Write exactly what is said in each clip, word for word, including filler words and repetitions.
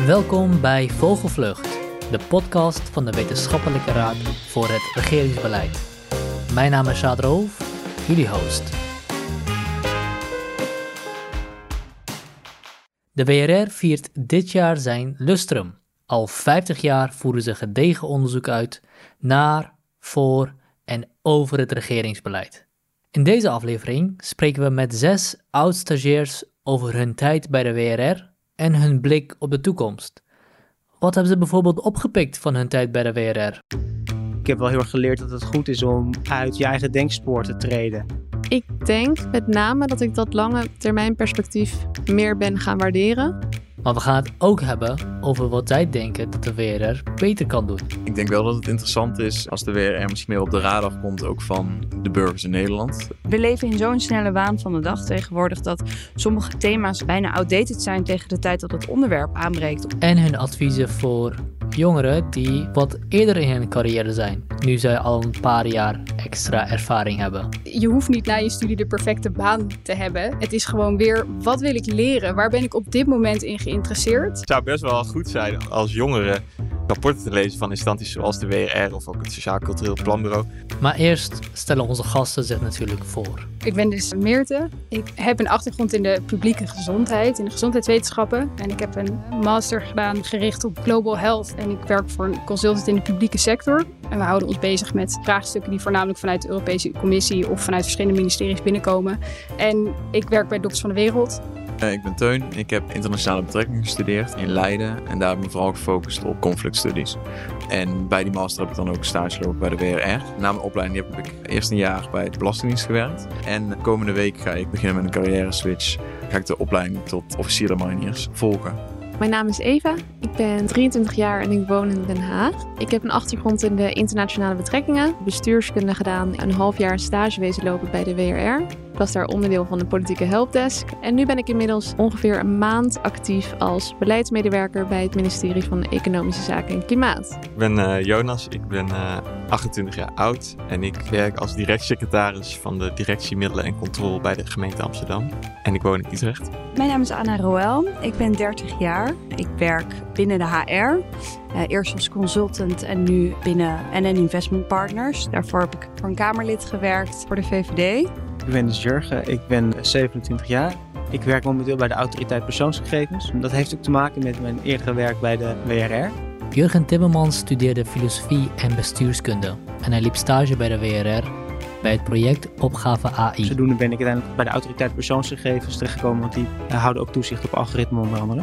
Welkom bij Vogelvlucht, de podcast van de Wetenschappelijke Raad voor het Regeringsbeleid. Mijn naam is Saad Roof, jullie host. De W R R viert dit jaar zijn lustrum. Al vijftig jaar voeren ze gedegen onderzoek uit naar, voor en over het regeringsbeleid. In deze aflevering spreken we met zes oud-stagiairs over hun tijd bij de W R R en hun blik op de toekomst. Wat hebben ze bijvoorbeeld opgepikt van hun tijd bij de W R R? Ik heb wel heel erg geleerd dat het goed is om uit je eigen denkspoor te treden. Ik denk met name dat ik dat lange termijn perspectief meer ben gaan waarderen. Maar we gaan het ook hebben over wat zij denken dat de W R R beter kan doen. Ik denk wel dat het interessant is als de W R R misschien meer op de radar komt, ook van de burgers in Nederland. We leven in zo'n snelle waan van de dag tegenwoordig dat sommige thema's bijna outdated zijn tegen de tijd dat het onderwerp aanbreekt. En hun adviezen voor jongeren die wat eerder in hun carrière zijn, nu zij al een paar jaar extra ervaring hebben. Je hoeft niet na je studie de perfecte baan te hebben. Het is gewoon weer, wat wil ik leren? Waar ben ik op dit moment in geïnteresseerd? Het zou best wel goed zijn als jongeren rapporten te lezen van instanties zoals de W R R of ook het Sociaal Cultureel Planbureau. Maar eerst stellen onze gasten zich natuurlijk voor. Ik ben dus Meerte. Ik heb een achtergrond in de publieke gezondheid, in de gezondheidswetenschappen. En ik heb een master gedaan gericht op global health. En ik werk voor een consultant in de publieke sector. En we houden ons bezig met vraagstukken die voornamelijk vanuit de Europese Commissie of vanuit verschillende ministeries binnenkomen. En ik werk bij Dokters van de Wereld. Uh, ik ben Teun, ik heb internationale betrekkingen gestudeerd in Leiden en daar heb ik me vooral gefocust op conflict studies. En bij die master heb ik dan ook stage gelopen bij de W R R. Na mijn opleiding heb ik eerst een jaar bij de Belastingdienst gewerkt. En komende week ga ik beginnen met een carrière switch. Ga ik de opleiding tot officier der mariniers volgen. Mijn naam is Eva, ik ben drieëntwintig jaar en ik woon in Den Haag. Ik heb een achtergrond in de internationale betrekkingen, bestuurskunde gedaan, een half jaar stage wezen lopen bij de W R R. Ik was daar onderdeel van de politieke helpdesk en nu ben ik inmiddels ongeveer een maand actief als beleidsmedewerker bij het ministerie van Economische Zaken en Klimaat. Ik ben uh, Jonas, ik ben uh, achtentwintig jaar oud en ik werk als directsecretaris van de directie Middelen en Controle bij de gemeente Amsterdam. En ik woon in Utrecht. Mijn naam is Anna Roel, ik ben dertig jaar. Ik werk binnen de H R, uh, eerst als consultant en nu binnen N N Investment Partners. Daarvoor heb ik voor een Kamerlid gewerkt voor de V V D. Ik ben dus Jurgen, ik ben zevenentwintig jaar. Ik werk momenteel bij de Autoriteit Persoonsgegevens. Dat heeft ook te maken met mijn eerdere werk bij de W R R. Jurgen Timmermans studeerde filosofie en bestuurskunde en hij liep stage bij de W R R bij het project Opgave A I. Zodoende ben ik uiteindelijk bij de Autoriteit Persoonsgegevens terechtgekomen, want die uh, houden ook toezicht op algoritmen onder andere.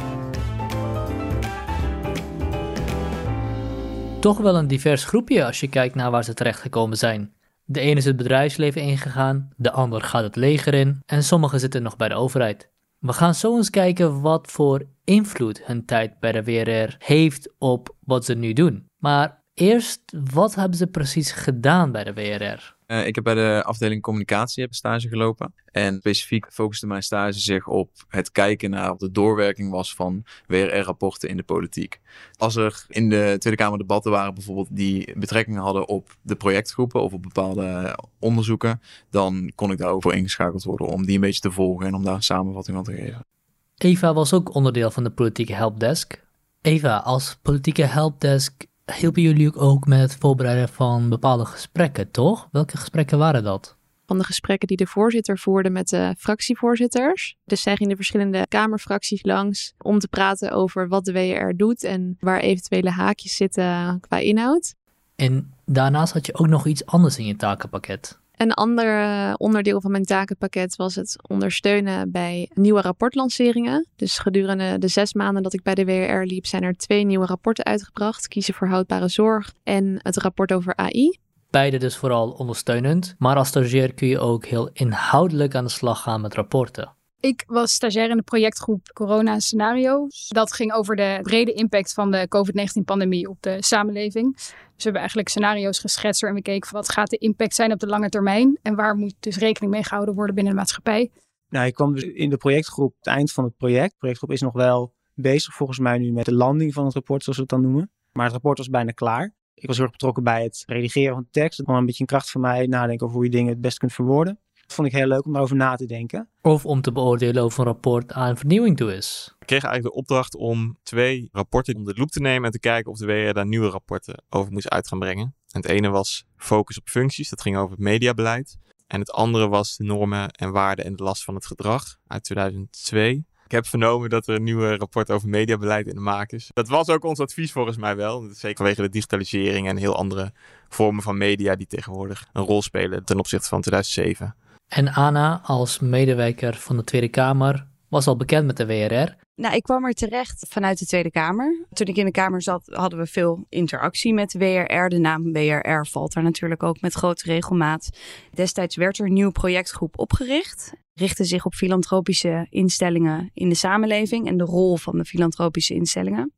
Toch wel een divers groepje als je kijkt naar waar ze terechtgekomen zijn. De ene is het bedrijfsleven ingegaan, de ander gaat het leger in en sommigen zitten nog bij de overheid. We gaan zo eens kijken wat voor invloed hun tijd bij de W R R heeft op wat ze nu doen. Maar eerst, wat hebben ze precies gedaan bij de W R R? Uh, ik heb bij de afdeling communicatie heb stage gelopen. En specifiek focuste mijn stage zich op het kijken naar wat de doorwerking was van W R R-rapporten in de politiek. Als er in de Tweede Kamer debatten waren bijvoorbeeld die betrekking hadden op de projectgroepen of op bepaalde onderzoeken, dan kon ik daar ook voor ingeschakeld worden om die een beetje te volgen en om daar een samenvatting van te geven. Eva was ook onderdeel van de politieke helpdesk. Eva, als politieke helpdesk hielpen jullie ook met het voorbereiden van bepaalde gesprekken, toch? Welke gesprekken waren dat? Van de gesprekken die de voorzitter voerde met de fractievoorzitters. Dus zij gingen de verschillende kamerfracties langs om te praten over wat de W R R doet en waar eventuele haakjes zitten qua inhoud. En daarnaast had je ook nog iets anders in je takenpakket. Een ander onderdeel van mijn takenpakket was het ondersteunen bij nieuwe rapportlanceringen. Dus gedurende de zes maanden dat ik bij de W R R liep zijn er twee nieuwe rapporten uitgebracht. Kiezen voor houdbare zorg en het rapport over A I. Beide dus vooral ondersteunend, maar als stagiair kun je ook heel inhoudelijk aan de slag gaan met rapporten. Ik was stagiair in de projectgroep Corona Scenario's. Dat ging over de brede impact van de covid negentien pandemie op de samenleving. Dus we hebben eigenlijk scenario's geschetst en we keken wat gaat de impact zijn op de lange termijn en waar moet dus rekening mee gehouden worden binnen de maatschappij. Nou, ik kwam dus in de projectgroep het eind van het project. De projectgroep is nog wel bezig volgens mij nu met de landing van het rapport, zoals we het dan noemen. Maar het rapport was bijna klaar. Ik was heel erg betrokken bij het redigeren van de tekst. Het kwam een beetje in kracht van mij nadenken over hoe je dingen het best kunt verwoorden. Dat vond ik heel leuk om daarover na te denken. Of om te beoordelen of een rapport aan vernieuwing toe is. We kregen eigenlijk de opdracht om twee rapporten onder de loep te nemen en te kijken of de W R R daar nieuwe rapporten over moest uit gaan brengen. En het ene was focus op functies, dat ging over het mediabeleid. En het andere was de normen en waarden en de last van het gedrag uit tweeduizend twee. Ik heb vernomen dat er een nieuwe rapport over mediabeleid in de maak is. Dat was ook ons advies volgens mij wel. Zeker vanwege de digitalisering en heel andere vormen van media die tegenwoordig een rol spelen ten opzichte van tweeduizend zeven. En Anna, als medewerker van de Tweede Kamer, was al bekend met de W R R. Nou, ik kwam er terecht vanuit de Tweede Kamer. Toen ik in de Kamer zat, hadden we veel interactie met de W R R. De naam W R R valt daar natuurlijk ook met grote regelmaat. Destijds werd er een nieuwe projectgroep opgericht. Richtte zich op filantropische instellingen in de samenleving en de rol van de filantropische instellingen.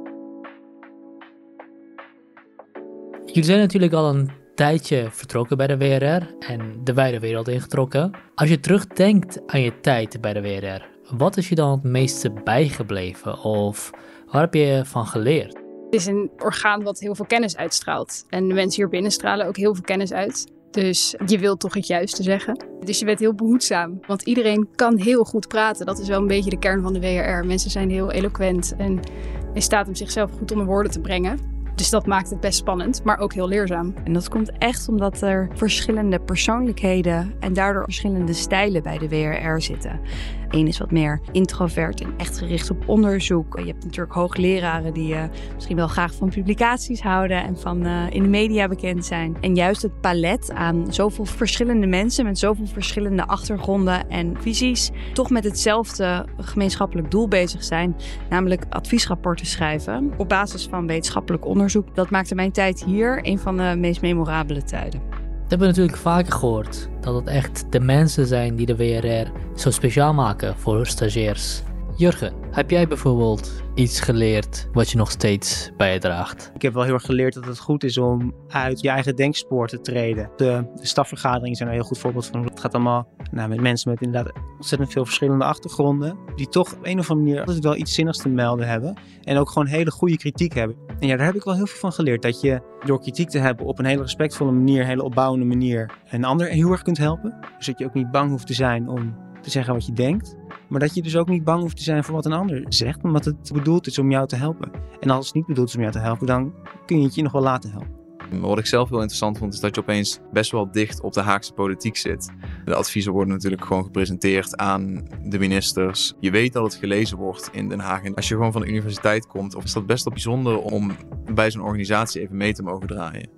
Jullie zijn natuurlijk al een tijdje vertrokken bij de W R R en de wijde wereld ingetrokken. Als je terugdenkt aan je tijd bij de W R R, wat is je dan het meeste bijgebleven of waar heb je van geleerd? Het is een orgaan wat heel veel kennis uitstraalt. En de mensen hier binnen stralen ook heel veel kennis uit. Dus je wilt toch het juiste zeggen. Dus je bent heel behoedzaam. Want iedereen kan heel goed praten. Dat is wel een beetje de kern van de W R R. Mensen zijn heel eloquent en in staat om zichzelf goed onder woorden te brengen. Dus dat maakt het best spannend, maar ook heel leerzaam. En dat komt echt omdat er verschillende persoonlijkheden en daardoor verschillende stijlen bij de W R R zitten. Eén is wat meer introvert en echt gericht op onderzoek. Je hebt natuurlijk hoogleraren die uh, misschien wel graag van publicaties houden en van uh, in de media bekend zijn. En juist het palet aan zoveel verschillende mensen met zoveel verschillende achtergronden en visies toch met hetzelfde gemeenschappelijk doel bezig zijn, namelijk adviesrapporten schrijven op basis van wetenschappelijk onderzoek. Dat maakte mijn tijd hier een van de meest memorabele tijden. We hebben natuurlijk vaker gehoord dat het echt de mensen zijn die de W R R zo speciaal maken voor stagiairs. Jurgen, heb jij bijvoorbeeld iets geleerd wat je nog steeds bij je draagt? Ik heb wel heel erg geleerd dat het goed is om uit je eigen denkspoor te treden. De, de stafvergaderingen zijn er een heel goed voorbeeld van. Het gaat allemaal nou, met mensen met inderdaad ontzettend veel verschillende achtergronden. Die toch op een of andere manier altijd wel iets zinnigs te melden hebben. En ook gewoon hele goede kritiek hebben. En ja, daar heb ik wel heel veel van geleerd. Dat je door kritiek te hebben op een hele respectvolle manier, een hele opbouwende manier, een ander heel erg kunt helpen. Dus dat je ook niet bang hoeft te zijn om te zeggen wat je denkt. Maar dat je dus ook niet bang hoeft te zijn voor wat een ander zegt, omdat het bedoeld is om jou te helpen. En als het niet bedoeld is om jou te helpen, dan kun je het je nog wel laten helpen. Wat ik zelf heel interessant vond, is dat je opeens best wel dicht op de Haagse politiek zit. De adviezen worden natuurlijk gewoon gepresenteerd aan de ministers. Je weet dat het gelezen wordt in Den Haag. En als je gewoon van de universiteit komt, of is dat best wel bijzonder om bij zo'n organisatie even mee te mogen draaien.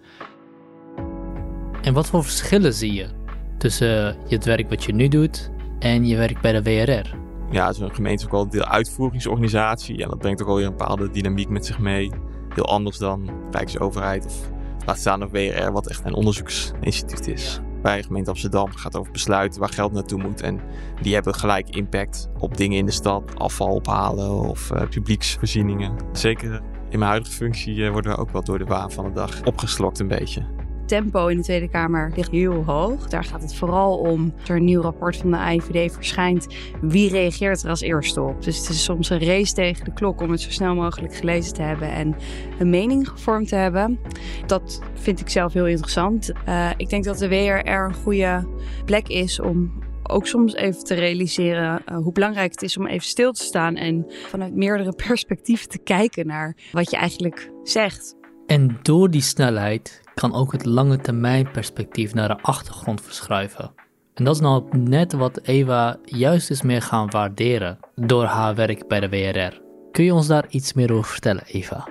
En wat voor verschillen zie je tussen het werk wat je nu doet en je werk bij de W R R? Ja, zo'n gemeente is ook wel een deel uitvoeringsorganisatie. En dat brengt ook alweer een bepaalde dynamiek met zich mee. Heel anders dan Rijksoverheid of laat staan of W R R, wat echt een onderzoeksinstituut is. Bij gemeente Amsterdam gaat het over besluiten waar geld naartoe moet. En die hebben gelijk impact op dingen in de stad. Afval ophalen of uh, publieksvoorzieningen. Zeker in mijn huidige functie uh, worden we ook wel door de waan van de dag opgeslokt een beetje. Tempo in de Tweede Kamer ligt heel hoog. Daar gaat het vooral om, als er een nieuw rapport van de A I V D verschijnt, wie reageert er als eerste op? Dus het is soms een race tegen de klok om het zo snel mogelijk gelezen te hebben en een mening gevormd te hebben. Dat vind ik zelf heel interessant. Uh, ik denk dat de W R R een goede plek is om ook soms even te realiseren uh, hoe belangrijk het is om even stil te staan en vanuit meerdere perspectieven te kijken naar wat je eigenlijk zegt. En door die snelheid kan ook het lange termijn perspectief naar de achtergrond verschuiven. En dat is nou net wat Eva juist is meer gaan waarderen door haar werk bij de W R R. Kun je ons daar iets meer over vertellen, Eva?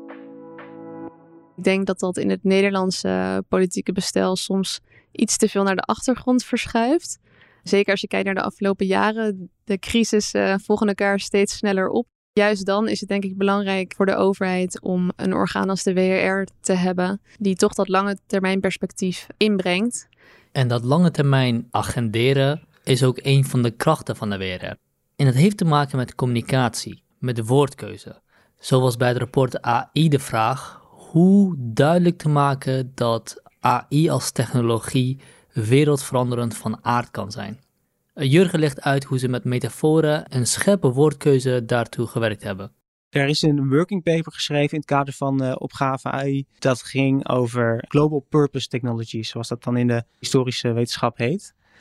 Ik denk dat dat in het Nederlandse politieke bestel soms iets te veel naar de achtergrond verschuift. Zeker als je kijkt naar de afgelopen jaren. De crisis uh, volgen elkaar steeds sneller op. Juist dan is het denk ik belangrijk voor de overheid om een orgaan als de W R R te hebben die toch dat lange termijn perspectief inbrengt. En dat lange termijn agenderen is ook een van de krachten van de W R R. En dat heeft te maken met communicatie, met de woordkeuze. Zo was bij het rapport A I de vraag hoe duidelijk te maken dat A I als technologie wereldveranderend van aard kan zijn. Jurgen legt uit hoe ze met metaforen en scherpe woordkeuze daartoe gewerkt hebben. Er is een working paper geschreven in het kader van uh, opgave A I. Dat ging over Global Purpose Technologies, zoals dat dan in de historische wetenschap heet.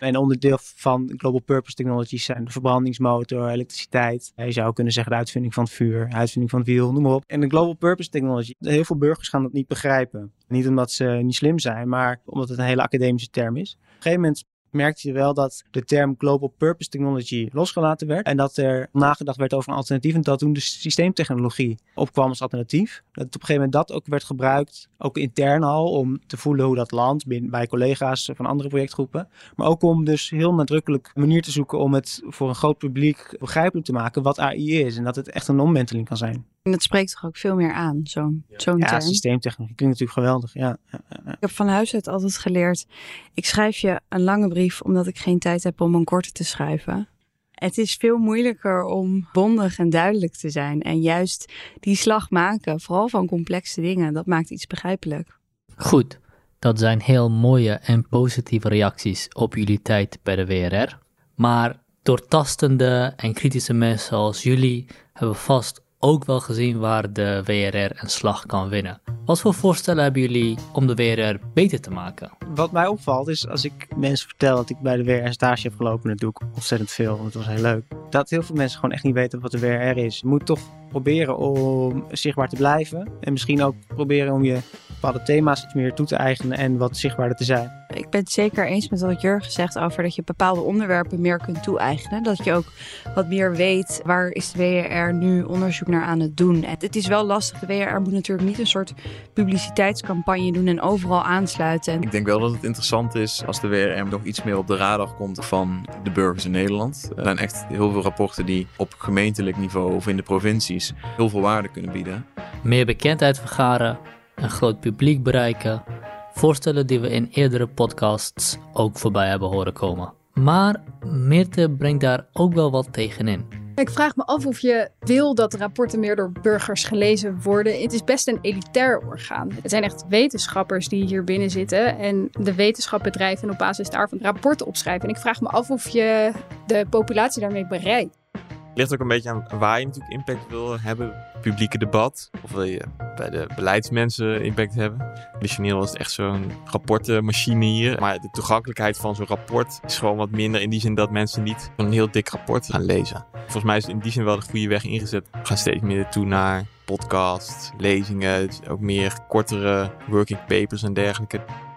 En onderdeel van Global Purpose Technologies zijn de verbrandingsmotor, elektriciteit. Je zou kunnen zeggen de uitvinding van het vuur, de uitvinding van het wiel, noem maar op. En de Global Purpose Technology, heel veel burgers gaan dat niet begrijpen. Niet omdat ze niet slim zijn, maar omdat het een hele academische term is. Op een gegeven moment merkte je wel dat de term Global Purpose Technology losgelaten werd. En dat er nagedacht werd over een alternatief. En dat toen de systeemtechnologie opkwam als alternatief. Dat op een gegeven moment dat ook werd gebruikt. Ook intern al. Om te voelen hoe dat landt bij collega's van andere projectgroepen. Maar ook om dus heel nadrukkelijk een manier te zoeken om het voor een groot publiek begrijpelijk te maken wat A I is. En dat het echt een omwenteling kan zijn. En dat spreekt toch ook veel meer aan, zo'n, zo'n ja, term? Ja, systeemtechnologie klinkt natuurlijk geweldig. Ja, ja, ja. Ik heb van huis uit altijd geleerd, ik schrijf je een lange brief omdat ik geen tijd heb om een korte te schrijven. Het is veel moeilijker om bondig en duidelijk te zijn. En juist die slag maken, vooral van complexe dingen, dat maakt iets begrijpelijk. Goed, dat zijn heel mooie en positieve reacties op jullie tijd bij de W R R. Maar doortastende en kritische mensen zoals jullie hebben vast ook wel gezien waar de W R R een slag kan winnen. Wat voor voorstellen hebben jullie om de W R R beter te maken? Wat mij opvalt is als ik mensen vertel dat ik bij de W R R stage heb gelopen, en dat doe ik ontzettend veel, want het was heel leuk, dat heel veel mensen gewoon echt niet weten wat de W R R is. Je moet toch proberen om zichtbaar te blijven en misschien ook proberen om je bepaalde thema's iets meer toe te eigenen en wat zichtbaarder te zijn. Ik ben het zeker eens met wat Jurgen zegt over dat je bepaalde onderwerpen meer kunt toe-eigenen. Dat je ook wat meer weet, waar is de W R R nu onderzoek naar aan het doen. En het is wel lastig, de W R R moet natuurlijk niet een soort publiciteitscampagne doen en overal aansluiten. Ik denk wel dat het interessant is als de W R R nog iets meer op de radar komt van de burgers in Nederland. Er zijn echt heel veel rapporten die op gemeentelijk niveau of in de provincies heel veel waarde kunnen bieden. Meer bekendheid vergaren, een groot publiek bereiken. Voorstellen die we in eerdere podcasts ook voorbij hebben horen komen. Maar Meerte brengt daar ook wel wat tegenin. Ik vraag me af of je wil dat rapporten meer door burgers gelezen worden. Het is best een elitair orgaan. Het zijn echt wetenschappers die hier binnen zitten en de wetenschap bedrijven en op basis daarvan rapporten opschrijven. En ik vraag me af of je de populatie daarmee bereikt. Het ligt ook een beetje aan waar je natuurlijk impact wil hebben. Publieke debat. Of wil je bij de beleidsmensen impact hebben. Traditioneel was het echt zo'n rapportenmachine hier. Maar de toegankelijkheid van zo'n rapport is gewoon wat minder. In die zin dat mensen niet een heel dik rapport gaan lezen. Volgens mij is het in die zin wel de goede weg ingezet. We gaan steeds meer toe naar podcasts, lezingen. Ook meer kortere working papers en dergelijke.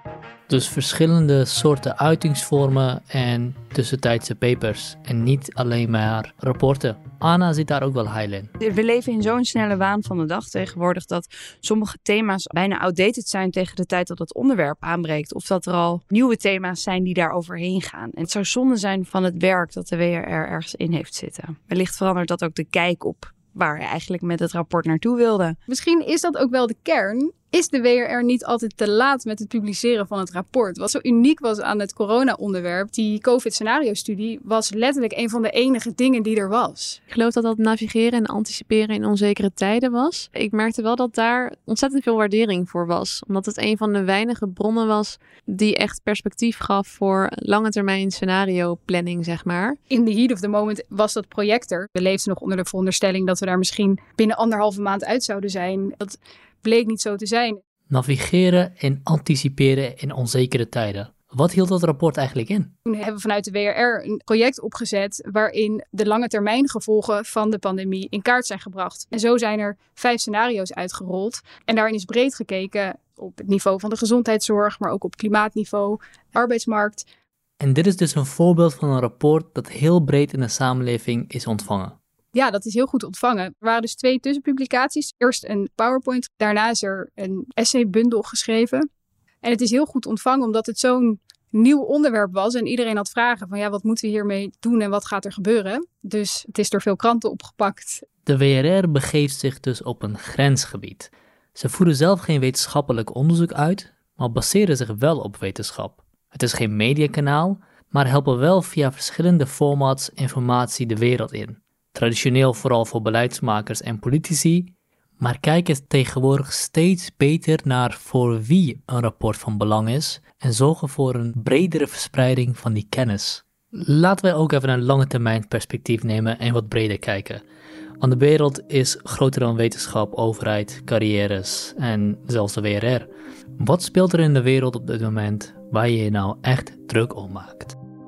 Dus verschillende soorten uitingsvormen en tussentijdse papers en niet alleen maar rapporten. Anna zit daar ook wel heil in. We leven in zo'n snelle waan van de dag tegenwoordig dat sommige thema's bijna outdated zijn tegen de tijd dat het onderwerp aanbreekt. Of dat er al nieuwe thema's zijn die daar overheen gaan. En het zou zonde zijn van het werk dat de W R R ergens in heeft zitten. Wellicht verandert dat ook de kijk op waar hij eigenlijk met het rapport naartoe wilde. Misschien is dat ook wel de kern. Is de W R R niet altijd te laat met het publiceren van het rapport? Wat zo uniek was aan het corona-onderwerp, die COVID-scenario-studie, was letterlijk een van de enige dingen die er was. Ik geloof dat dat navigeren en anticiperen in onzekere tijden was. Ik merkte wel dat daar ontzettend veel waardering voor was. Omdat het een van de weinige bronnen was die echt perspectief gaf voor lange termijn scenario-planning, zeg maar. In the heat of the moment was dat project er. We leefden nog onder de veronderstelling dat we daar misschien binnen anderhalve maand uit zouden zijn. Dat bleek niet zo te zijn. Navigeren en anticiperen in onzekere tijden. Wat hield dat rapport eigenlijk in? Toen hebben we vanuit de W R R een project opgezet waarin de lange termijn gevolgen van de pandemie in kaart zijn gebracht. En zo zijn er vijf scenario's uitgerold. En daarin is breed gekeken op het niveau van de gezondheidszorg, maar ook op klimaatniveau, arbeidsmarkt. En dit is dus een voorbeeld van een rapport dat heel breed in de samenleving is ontvangen. Ja, dat is heel goed ontvangen. Er waren dus twee tussenpublicaties. Eerst een PowerPoint, daarna is er een essaybundel geschreven. En het is heel goed ontvangen omdat het zo'n nieuw onderwerp was. En iedereen had vragen van ja, wat moeten we hiermee doen en wat gaat er gebeuren? Dus het is door veel kranten opgepakt. De W R R begeeft zich dus op een grensgebied. Ze voeren zelf geen wetenschappelijk onderzoek uit, maar baseren zich wel op wetenschap. Het is geen mediakanaal, maar helpen wel via verschillende formats informatie de wereld in. Traditioneel vooral voor beleidsmakers en politici, maar kijken tegenwoordig steeds beter naar voor wie een rapport van belang is en zorgen voor een bredere verspreiding van die kennis. Laten wij ook even een lange termijn perspectief nemen en wat breder kijken. Want de wereld is groter dan wetenschap, overheid, carrières en zelfs de W R R. Wat speelt er in de wereld op dit moment waar je je nou echt druk om maakt?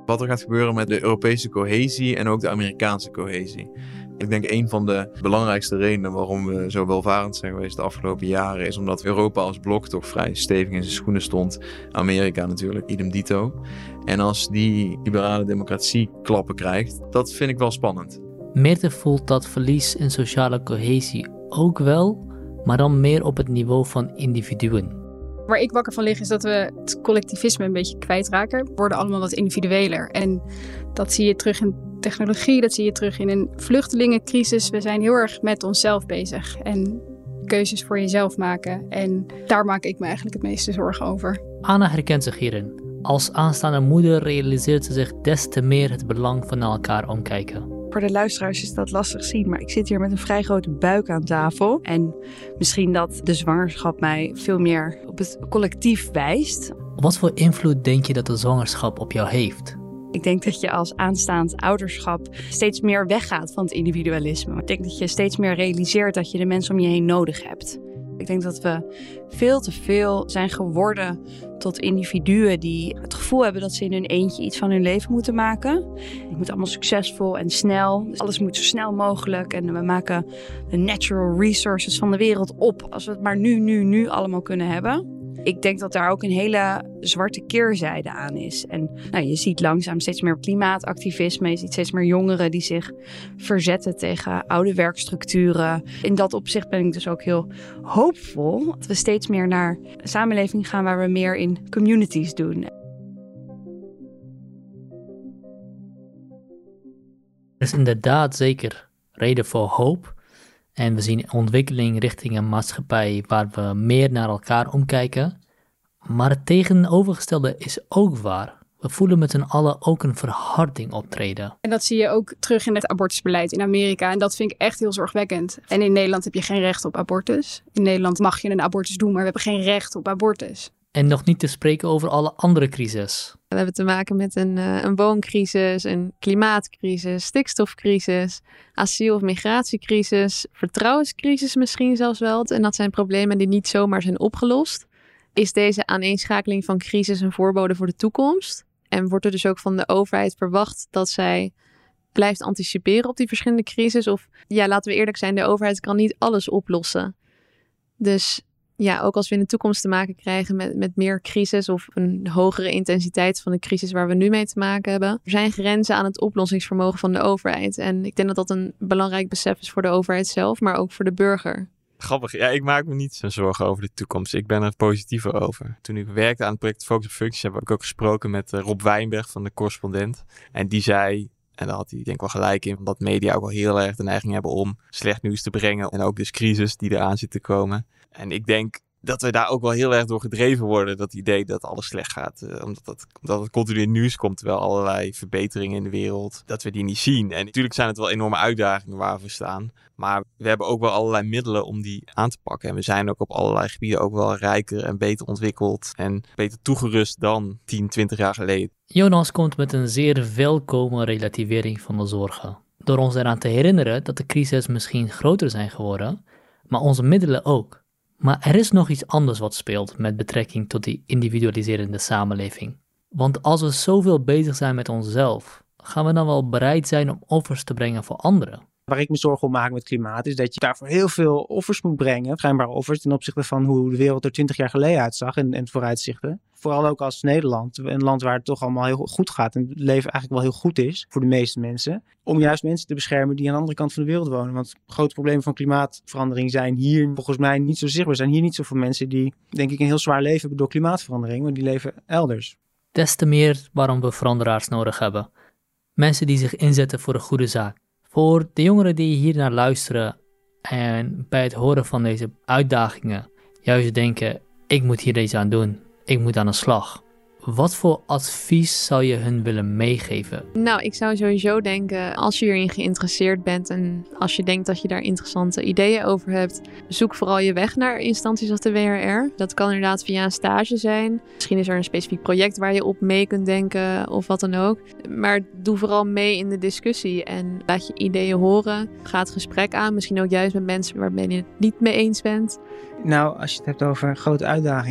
wat er gaat gebeuren met de Europese cohesie en ook de Amerikaanse cohesie. Ik denk een van de belangrijkste redenen waarom we zo welvarend zijn geweest de afgelopen jaren is omdat Europa als blok toch vrij stevig in zijn schoenen stond. Amerika natuurlijk, idem dito. En als die liberale democratie klappen krijgt, dat vind ik wel spannend. Meerte voelt dat verlies in sociale cohesie ook wel, maar dan meer op het niveau van individuen. Waar ik wakker van lig is dat we het collectivisme een beetje kwijtraken. We worden allemaal wat individueler. En dat zie je terug in technologie, dat zie je terug in een vluchtelingencrisis. We zijn heel erg met onszelf bezig en keuzes voor jezelf maken. En daar maak ik me eigenlijk het meeste zorgen over. Anna herkent zich hierin. Als aanstaande moeder realiseert ze zich des te meer het belang van naar elkaar omkijken. Voor de luisteraars is dat lastig zien, maar ik zit hier met een vrij grote buik aan tafel. En misschien dat de zwangerschap mij veel meer op het collectief wijst. Wat voor invloed denk je dat de zwangerschap op jou heeft? Ik denk dat je als aanstaand ouderschap steeds meer weggaat van het individualisme. Ik denk dat je steeds meer realiseert dat je de mensen om je heen nodig hebt. Ik denk dat we veel te veel zijn geworden tot individuen die het gevoel hebben dat ze in hun eentje iets van hun leven moeten maken. Het moet allemaal succesvol en snel. Dus alles moet zo snel mogelijk. En we maken de natural resources van de wereld op als we het maar nu, nu, nu allemaal kunnen hebben. Ik denk dat daar ook een hele zwarte keerzijde aan is. En nou, je ziet langzaam steeds meer klimaatactivisme. Je ziet steeds meer jongeren die zich verzetten tegen oude werkstructuren. In dat opzicht ben ik dus ook heel hoopvol dat we steeds meer naar een samenleving gaan waar we meer in communities doen. Er is inderdaad zeker reden voor hoop. En we zien ontwikkeling richting een maatschappij waar we meer naar elkaar omkijken. Maar het tegenovergestelde is ook waar. We voelen met z'n allen ook een verharding optreden. En dat zie je ook terug in het abortusbeleid in Amerika. En dat vind ik echt heel zorgwekkend. En in Nederland heb je geen recht op abortus. In Nederland mag je een abortus doen, maar we hebben geen recht op abortus. En nog niet te spreken over alle andere crises. We hebben te maken met een, uh, een wooncrisis, een klimaatcrisis, stikstofcrisis, asiel- of migratiecrisis, vertrouwenscrisis misschien zelfs wel. En dat zijn problemen die niet zomaar zijn opgelost. Is deze aaneenschakeling van crisis een voorbode voor de toekomst? En wordt er dus ook van de overheid verwacht dat zij blijft anticiperen op die verschillende crises? Of ja, laten we eerlijk zijn, de overheid kan niet alles oplossen. Dus ja, ook als we in de toekomst te maken krijgen met, met meer crisis of een hogere intensiteit van de crisis waar we nu mee te maken hebben. Er zijn grenzen aan het oplossingsvermogen van de overheid. En ik denk dat dat een belangrijk besef is voor de overheid zelf, maar ook voor de burger. Grappig. Ja, ik maak me niet zo'n zorgen over de toekomst. Ik ben er positiever over. Toen ik werkte aan het project Focus op Functies, heb ik ook gesproken met Rob Wijnberg van de Correspondent. En die zei, en daar had hij denk ik wel gelijk in, dat media ook wel heel erg de neiging hebben om slecht nieuws te brengen. En ook dus crisis die eraan zit te komen. En ik denk dat we daar ook wel heel erg door gedreven worden, dat idee dat alles slecht gaat. Uh, omdat, dat, omdat het continu in het nieuws komt, terwijl allerlei verbeteringen in de wereld, dat we die niet zien. En natuurlijk zijn het wel enorme uitdagingen waar we staan. Maar we hebben ook wel allerlei middelen om die aan te pakken. En we zijn ook op allerlei gebieden ook wel rijker en beter ontwikkeld en beter toegerust dan tien, twintig jaar geleden. Jonas komt met een zeer welkome relativering van de zorgen. Door ons eraan te herinneren dat de crises misschien groter zijn geworden, maar onze middelen ook. Maar er is nog iets anders wat speelt met betrekking tot die individualiserende samenleving. Want als we zoveel bezig zijn met onszelf, gaan we dan wel bereid zijn om offers te brengen voor anderen? Waar ik me zorgen om maak met klimaat is dat je daarvoor heel veel offers moet brengen. Schijnbare offers ten opzichte van hoe de wereld er twintig jaar geleden uitzag en, en vooruitzichten. Vooral ook als Nederland, een land waar het toch allemaal heel goed gaat en het leven eigenlijk wel heel goed is voor de meeste mensen. Om juist mensen te beschermen die aan de andere kant van de wereld wonen. Want grote problemen van klimaatverandering zijn hier volgens mij niet zo zichtbaar. Er zijn hier niet zoveel mensen die, denk ik, een heel zwaar leven hebben door klimaatverandering, maar die leven elders. Des te meer waarom we veranderaars nodig hebben. Mensen die zich inzetten voor de goede zaak. Voor de jongeren die hier naar luisteren en bij het horen van deze uitdagingen juist denken, ik moet hier iets aan doen, ik moet aan de slag. Wat voor advies zou je hun willen meegeven? Nou, ik zou sowieso denken, als je hierin geïnteresseerd bent en als je denkt dat je daar interessante ideeën over hebt, zoek vooral je weg naar instanties als de W R R. Dat kan inderdaad via een stage zijn. Misschien is er een specifiek project waar je op mee kunt denken of wat dan ook. Maar doe vooral mee in de discussie en laat je ideeën horen. Ga het gesprek aan, misschien ook juist met mensen waarmee je het niet mee eens bent. Nou, als je het hebt over grote uitdagingen,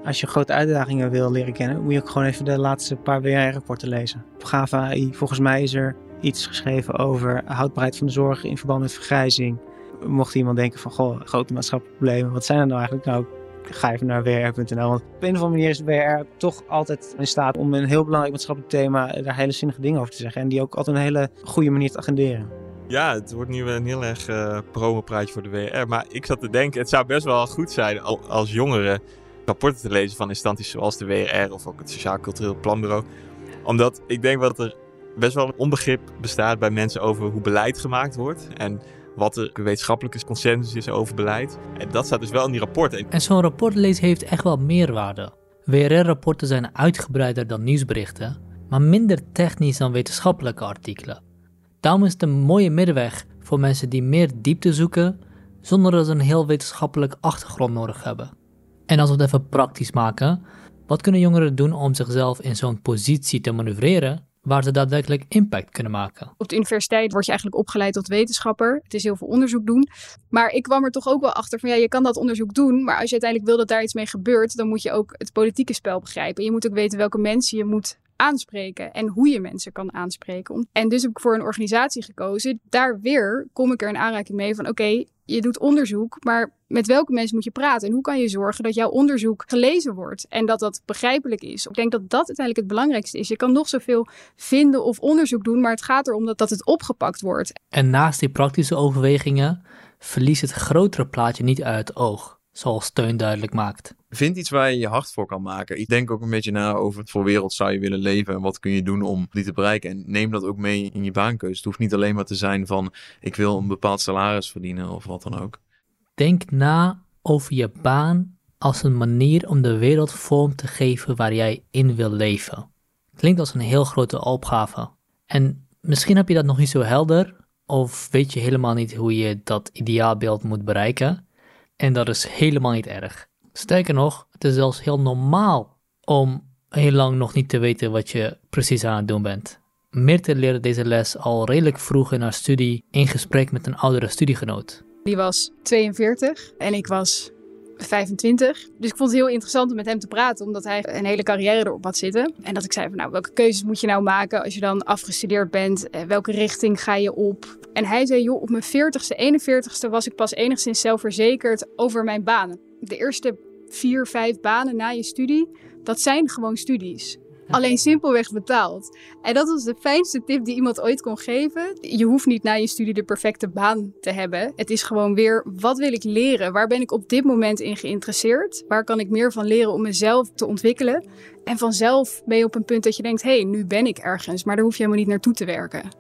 Als je grote uitdagingen wil leren kennen, moet je ook gewoon even de laatste paar W R R-rapporten lezen. Op Gava A I, volgens mij is er iets geschreven over houdbaarheid van de zorg in verband met vergrijzing. Mocht iemand denken van, goh, grote maatschappelijke problemen, wat zijn er nou eigenlijk? Nou, ga even naar w r r punt n l. Want op een of andere manier is W R R toch altijd in staat om een heel belangrijk maatschappelijk thema daar hele zinnige dingen over te zeggen. En die ook altijd een hele goede manier te agenderen. Ja, het wordt nu een heel erg uh, promopraatje voor de W R R. Maar ik zat te denken, het zou best wel goed zijn als jongeren rapporten te lezen van instanties zoals de W R R of ook het Sociaal Cultureel Planbureau. Omdat ik denk dat er best wel een onbegrip bestaat bij mensen over hoe beleid gemaakt wordt. En wat de wetenschappelijke consensus is over beleid. En dat staat dus wel in die rapporten. En zo'n rapport lezen heeft echt wel meerwaarde. W R R-rapporten zijn uitgebreider dan nieuwsberichten, maar minder technisch dan wetenschappelijke artikelen. Daarom is het een mooie middenweg voor mensen die meer diepte zoeken, zonder dat ze een heel wetenschappelijk achtergrond nodig hebben. En als we het even praktisch maken, wat kunnen jongeren doen om zichzelf in zo'n positie te manoeuvreren, waar ze daadwerkelijk impact kunnen maken? Op de universiteit word je eigenlijk opgeleid tot wetenschapper. Het is heel veel onderzoek doen. Maar ik kwam er toch ook wel achter van ja, je kan dat onderzoek doen, maar als je uiteindelijk wil dat daar iets mee gebeurt, dan moet je ook het politieke spel begrijpen. Je moet ook weten welke mensen je moet aanspreken en hoe je mensen kan aanspreken. En dus heb ik voor een organisatie gekozen. Daar weer kom ik er in aanraking mee van oké, okay, je doet onderzoek, maar met welke mensen moet je praten? En hoe kan je zorgen dat jouw onderzoek gelezen wordt en dat dat begrijpelijk is? Ik denk dat dat uiteindelijk het belangrijkste is. Je kan nog zoveel vinden of onderzoek doen, maar het gaat erom dat, dat het opgepakt wordt. En naast die praktische overwegingen, verlies het grotere plaatje niet uit het oog, zoals Teun duidelijk maakt. Vind iets waar je je hart voor kan maken. Ik denk ook een beetje na over wat voor wereld zou je willen leven en wat kun je doen om die te bereiken. En neem dat ook mee in je baankeuze. Het hoeft niet alleen maar te zijn van ik wil een bepaald salaris verdienen of wat dan ook. Denk na over je baan als een manier om de wereld vorm te geven waar jij in wil leven. Klinkt als een heel grote opgave. En misschien heb je dat nog niet zo helder of weet je helemaal niet hoe je dat ideaalbeeld moet bereiken. En dat is helemaal niet erg. Sterker nog, het is zelfs heel normaal om heel lang nog niet te weten wat je precies aan het doen bent. Mirte leerde deze les al redelijk vroeg in haar studie in gesprek met een oudere studiegenoot. Die was tweeënveertig en ik was vijfentwintig. Dus ik vond het heel interessant om met hem te praten, omdat hij een hele carrière erop had zitten. En dat ik zei van nou, welke keuzes moet je nou maken als je dan afgestudeerd bent? Welke richting ga je op? En hij zei, joh, op mijn veertigste, eenenveertigste was ik pas enigszins zelfverzekerd over mijn banen. De eerste vier, vijf banen na je studie, dat zijn gewoon studies. Alleen simpelweg betaald. En dat was de fijnste tip die iemand ooit kon geven. Je hoeft niet na je studie de perfecte baan te hebben. Het is gewoon weer, wat wil ik leren? Waar ben ik op dit moment in geïnteresseerd? Waar kan ik meer van leren om mezelf te ontwikkelen? En vanzelf ben je op een punt dat je denkt, hé, hey, nu ben ik ergens. Maar daar hoef je helemaal niet naartoe te werken.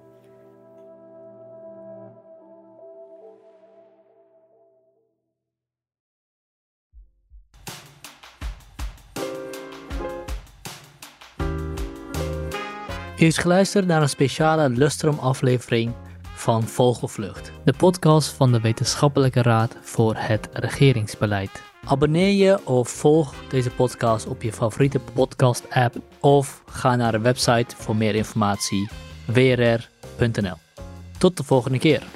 U heeft geluisterd naar een speciale Lustrum-aflevering van Vogelvlucht, de podcast van de Wetenschappelijke Raad voor het Regeringsbeleid. Abonneer je of volg deze podcast op je favoriete podcast-app of ga naar de website voor meer informatie w r r punt n l. Tot de volgende keer.